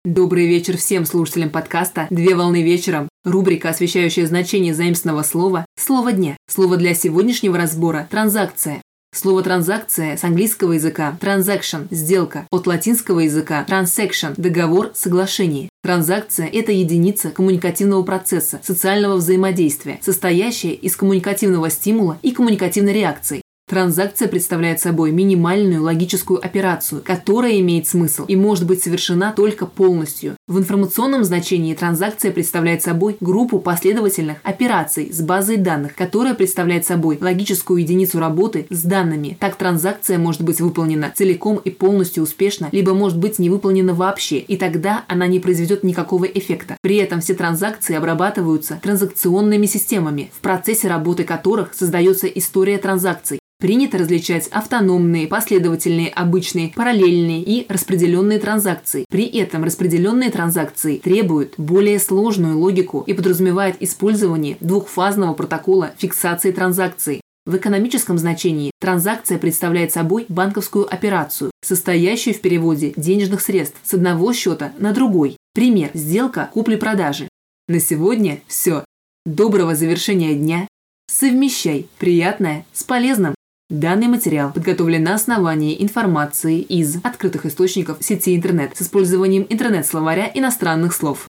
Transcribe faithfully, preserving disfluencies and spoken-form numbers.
Добрый вечер всем слушателям подкаста «Две волны вечером». Рубрика, освещающая значение заимственного слова «Слово дня». Слово для сегодняшнего разбора – «транзакция». Слово «транзакция» с английского языка «transaction» – «сделка», от латинского языка «transaction» – «договор, соглашение». Транзакция – это единица коммуникативного процесса, социального взаимодействия, состоящая из коммуникативного стимула и коммуникативной реакции. Транзакция представляет собой минимальную логическую операцию, которая имеет смысл и может быть совершена только полностью. В информационном значении транзакция представляет собой группу последовательных операций с базой данных, которая представляет собой логическую единицу работы с данными. Так транзакция может быть выполнена целиком и полностью успешно, либо может быть не выполнена вообще, и тогда она не произведет никакого эффекта. При этом все транзакции обрабатываются транзакционными системами, в процессе работы которых создается история транзакций. Принято различать автономные, последовательные, обычные, параллельные и распределенные транзакции. При этом распределенные транзакции требуют более сложную логику и подразумевают использование двухфазного протокола фиксации транзакции. В экономическом значении транзакция представляет собой банковскую операцию, состоящую в переводе денежных средств с одного счета на другой. Пример – сделка купли-продажи. На сегодня все. Доброго завершения дня. Совмещай приятное с полезным. Данный материал подготовлен на основании информации из открытых источников сети интернет с использованием интернет-словаря иностранных слов.